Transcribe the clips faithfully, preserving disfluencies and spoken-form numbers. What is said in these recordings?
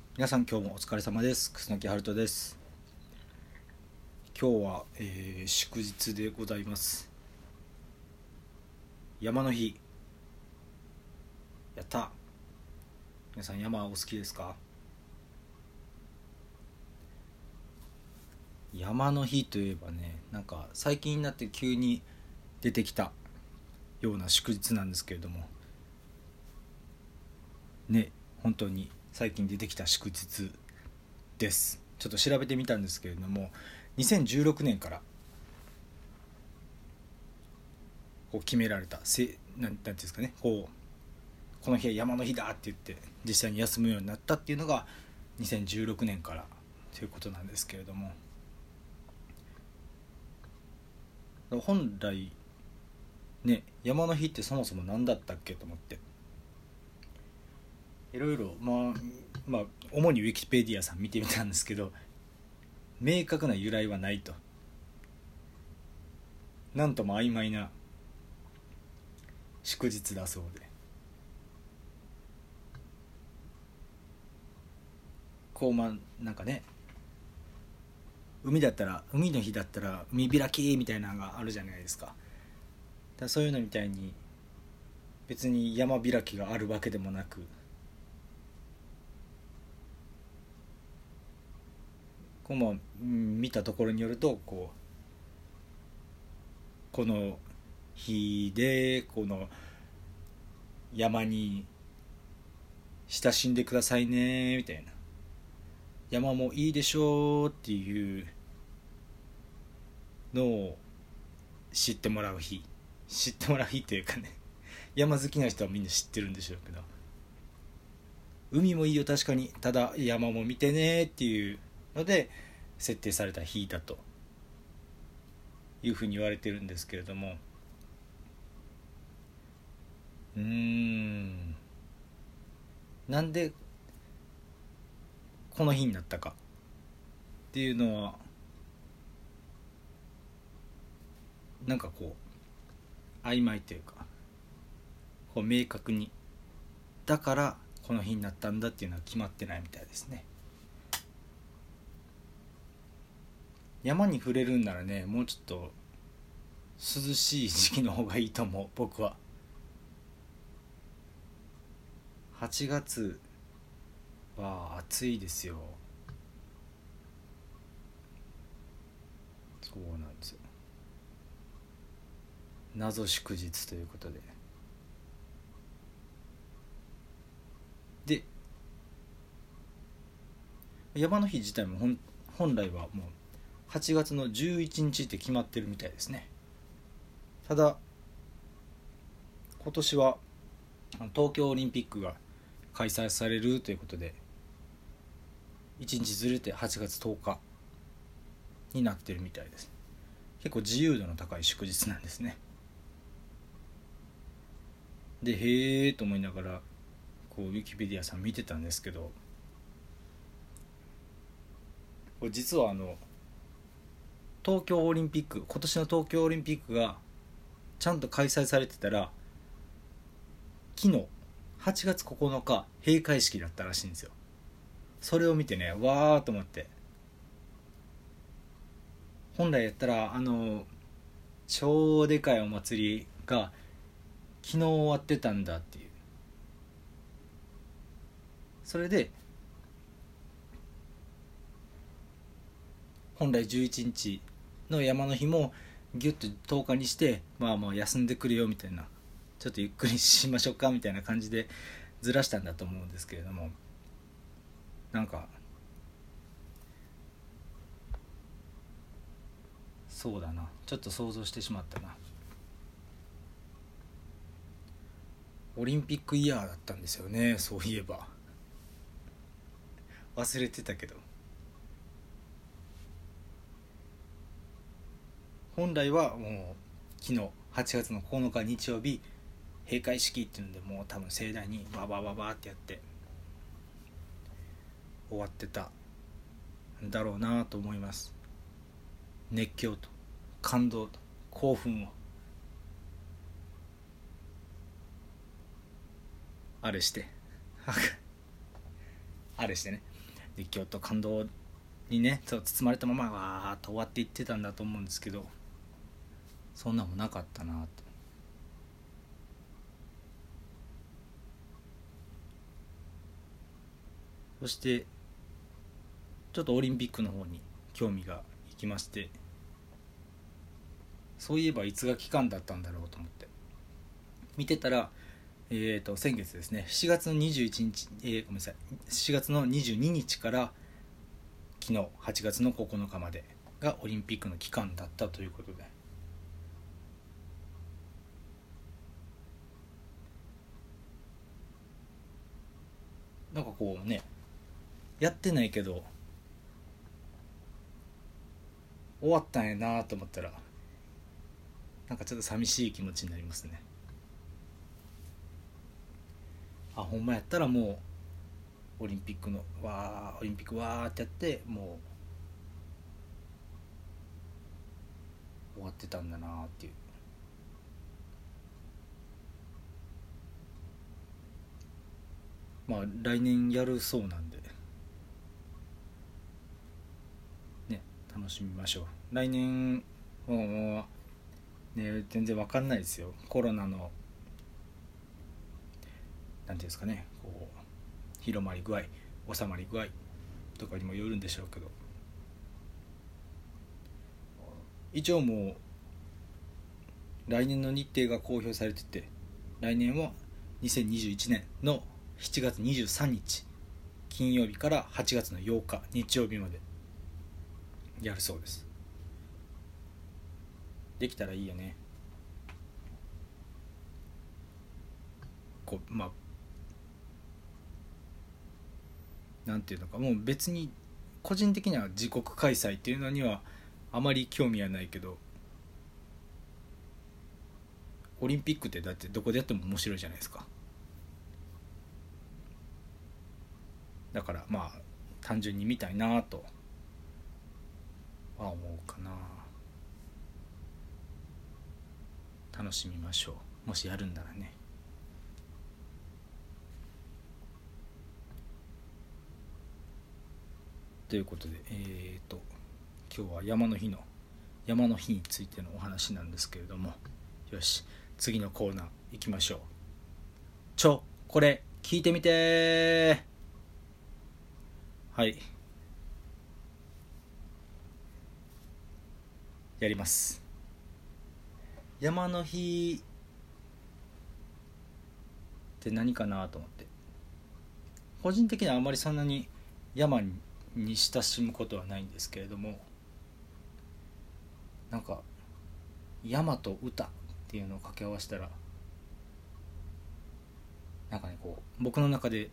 皆さん今日もお疲れ様です。楠木春人です。今日は、えー祝日でございます。山の日。やった。皆さん山お好きですか？山の日といえばね、なんか最近になって急に出てきたような祝日なんですけれどもね、本当に最近出てきた祝日です。ちょっと調べてみたんですけれども、にせんじゅうろくねんからこう決められたせなんなんていうんですかね、こうこの日は山の日だって言って実際に休むようになったっていうのがにせんじゅうろくねんからということなんですけれども、本来ね、山の日ってそもそも何だったっけと思っていろいろ、まあまあ主にウィキペディアさん見てみたんですけど、明確な由来はないと、なんとも曖昧な祝日だそうで、こうまあなんかね、海だったら海の日だったら海開きみたいなのがあるじゃないですか。だからそういうのみたいに別に山開きがあるわけでもなく、こうまあ見たところによると、こうこの日でこの山に親しんでくださいねみたいな、山もいいでしょうっていうのを知ってもらう日、知ってもらう日というかね、山好きな人はみんな知ってるんでしょうけど、海もいいよ確かに、ただ山も見てねっていうので設定された日だというふうに言われてるんですけれども、うーんなんでこの日になったかっていうのはなんかこう曖昧というか、こう明確にだからこの日になったんだっていうのは決まってないみたいですね。山に触れるんならね、もうちょっと涼しい時期の方がいいと思う、僕は。はちがつは暑いですよ。そうなんですよ。謎祝日ということで。で、山の日自体も本本来はもうはちがつのじゅういちにちって決まってるみたいですね。ただ今年は東京オリンピックが開催されるということでいちにちずれてはちがつとおかになってるみたいです。結構自由度の高い祝日なんですね。で、へーと思いながらこうウィキペディアさん見てたんですけど、これ実はあの東京オリンピック、今年の東京オリンピックがちゃんと開催されてたら昨日はちがつここのか閉会式だったらしいんですよ。それを見てね、わーと思って、本来やったらあの超でかいお祭りが昨日終わってたんだっていう、それで本来じゅういちにちの山の日もギュッととおかにして、まあまあ休んでくれよみたいな、ちょっとゆっくりしましょうかみたいな感じでずらしたんだと思うんですけれども、なんかそうだな、ちょっと想像してしまったな。オリンピックイヤーだったんですよね、そういえば忘れてたけど、本来はもう昨日はちがつのここのか日曜日閉会式っていうので、もう多分盛大にババババってやって終わってたんだろうなと思います。熱狂と感動と興奮をあれしてあれしてね熱狂と感動にね包まれたままわーっと終わっていってたんだと思うんですけど、そんなもなかったなと。そしてちょっとオリンピックの方に興味がいきまして、そういえばいつが期間だったんだろうと思って見てたら、えー、と先月ですね、しちがつのにじゅういちにち、えー、ごめんなさいしがつのにじゅうににちから昨日はちがつのここのかまでがオリンピックの期間だったということで、なんかこうね、やってないけど終わったんやなと思ったら、なんかちょっと寂しい気持ちになりますね。あ、ほんまやったらもうオリンピックのわーオリンピックわーってやってもう終わってたんだなっていう。まあ来年やるそうなんでね、楽しみましょう。来年もうね、全然わかんないですよ。コロナのなんていうんですかね、こう広まり具合、収まり具合とかにもよるんでしょうけど、一応もう来年の日程が公表されてて、来年はにせんにじゅういちねんのしちがつにじゅうさんにち金曜日からはちがつのようか日曜日までやるそうです。できたらいいよね。こうまあなんていうのか、もう別に個人的には自国開催っていうのにはあまり興味はないけど、オリンピックってだってどこでやっても面白いじゃないですか。だからまあ単純に見たいなとは思うかな。楽しみましょう、もしやるんならね。ということで、えーと今日は山の日の山の日についてのお話なんですけれども、よし次のコーナー行きましょう。ちょこれ聞いてみて。はい、やります。山の日って何かなと思って、個人的にはあまりそんなに山に親しむことはないんですけれども、なんか山と歌っていうのを掛け合わせたら、なんかねこう僕の中で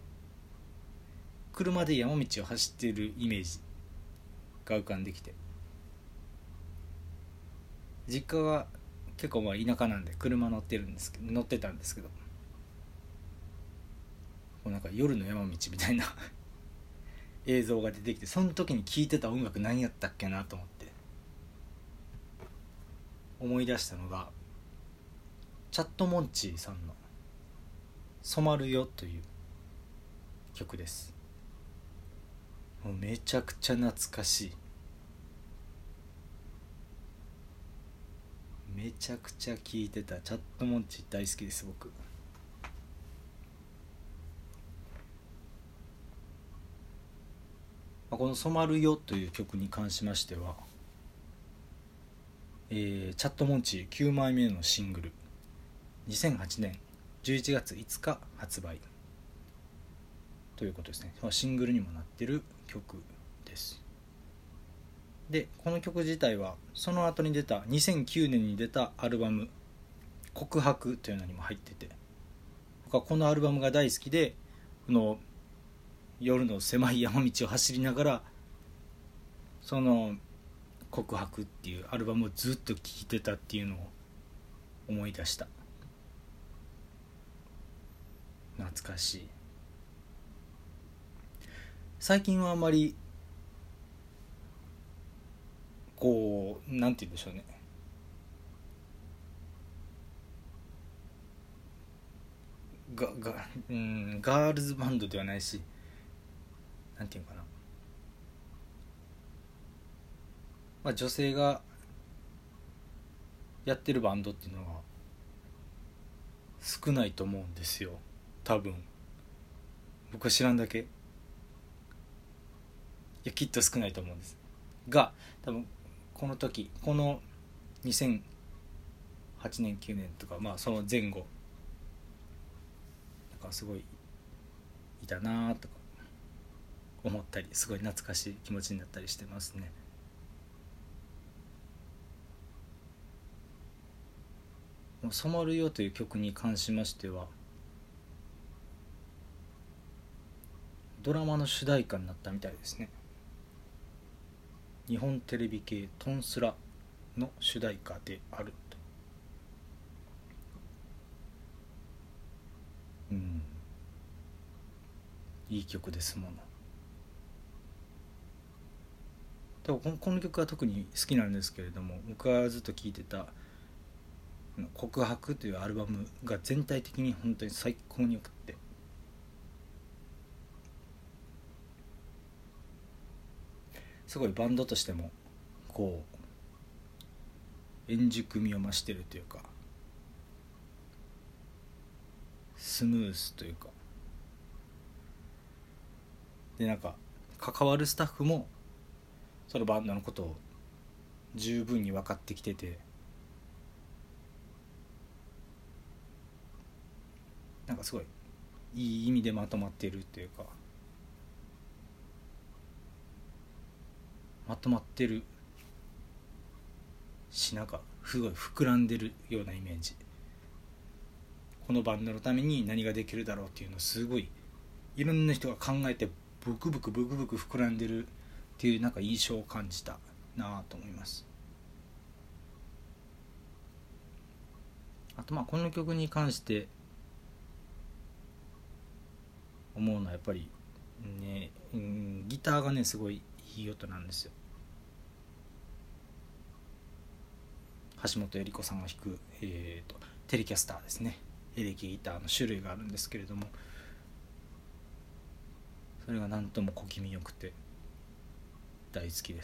車で山道を走っているイメージが浮かんできて、実家が結構まあ田舎なんで車乗ってるんですけど乗ってたんですけど、こうなんか夜の山道みたいな映像が出てきて、その時に聴いてた音楽何やったっけなと思って思い出したのが、チャットモンチーさんの染まるよという曲です。もうめちゃくちゃ懐かしい。めちゃくちゃ聴いてた。チャットモンチー大好きです僕。この染まるよという曲に関しましては、えー、チャットモンチーきゅうまいめのシングルにせんはちねんじゅういちがついつか発売ということですね。シングルにもなってる曲です。でこの曲自体はその後に出たにせんきゅうねんに出たアルバム告白というのにも入ってて、僕はこのアルバムが大好きで、この夜の狭い山道を走りながらその告白っていうアルバムをずっと聴いてたっていうのを思い出した。懐かしい。最近はあまりこうなんて言うんでしょうね、ががうんガールズバンドではないし、 なんていうかな、まあ、女性がやってるバンドっていうのが少ないと思うんですよ多分。僕は知らんだけ、いやきっと少ないと思うんですが、多分この時このにせんはちねんきゅうねんとか、まあその前後なんかすごいいたなとか思ったり、すごい懐かしい気持ちになったりしてますね。染まるよという曲に関しましてはドラマの主題歌になったみたいですね。日本テレビ系トンスラの主題歌であると。うん、いい曲ですもの。でもこの曲は特に好きなんですけれども、僕はずっと聴いてた告白というアルバムが全体的に本当に最高によくって、すごいバンドとしてもこう円熟味を増してるというか、スムースというかで、なんか関わるスタッフもそのバンドのことを十分に分かってきてて、なんかすごいいい意味でまとまっているっていうか、まとまってるし、なんかすごい膨らんでるようなイメージ。このバンドのために何ができるだろうっていうのをすごいいろんな人が考えてブクブクブクブク膨らんでるっていう、なんか印象を感じたなと思います。あとまあこの曲に関して思うのはやっぱりね、うん、ギターがねすごいいい音なんですよ。橋本恵理子さんが弾く、えーと、テレキャスターですね。エレキギターの種類があるんですけれども、それがなんとも小気味よくて大好きです。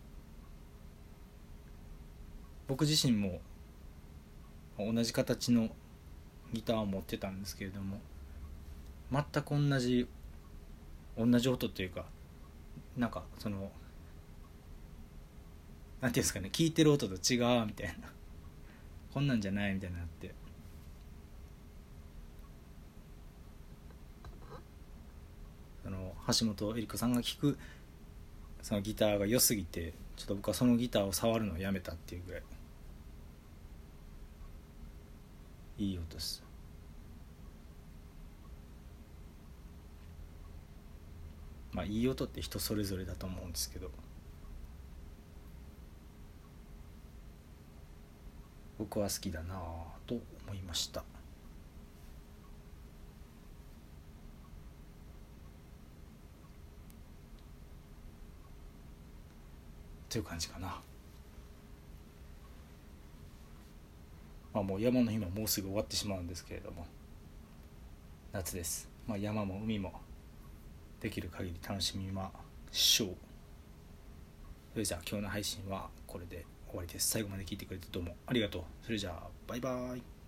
僕自身も同じ形のギターを持ってたんですけれども、全く同じ同じ音というか、なんかそのなんていうんですかね、聴いてる音と違うみたいな、こんなんじゃないみたいになって、あの橋本恵理子さんが弾くそのギターが良すぎて、ちょっと僕はそのギターを触るのをやめたっていうぐらいいい音です。まあいい音って人それぞれだと思うんですけど、僕は好きだなと思いました。という感じかな。まあもう山の日ももうすぐ終わってしまうんですけれども、夏です。まあ山も海もできる限り楽しみましょう。それじゃあ今日の配信はこれで終わりです。最後まで聞いてくれてどうもありがとう。それじゃあバイバイ。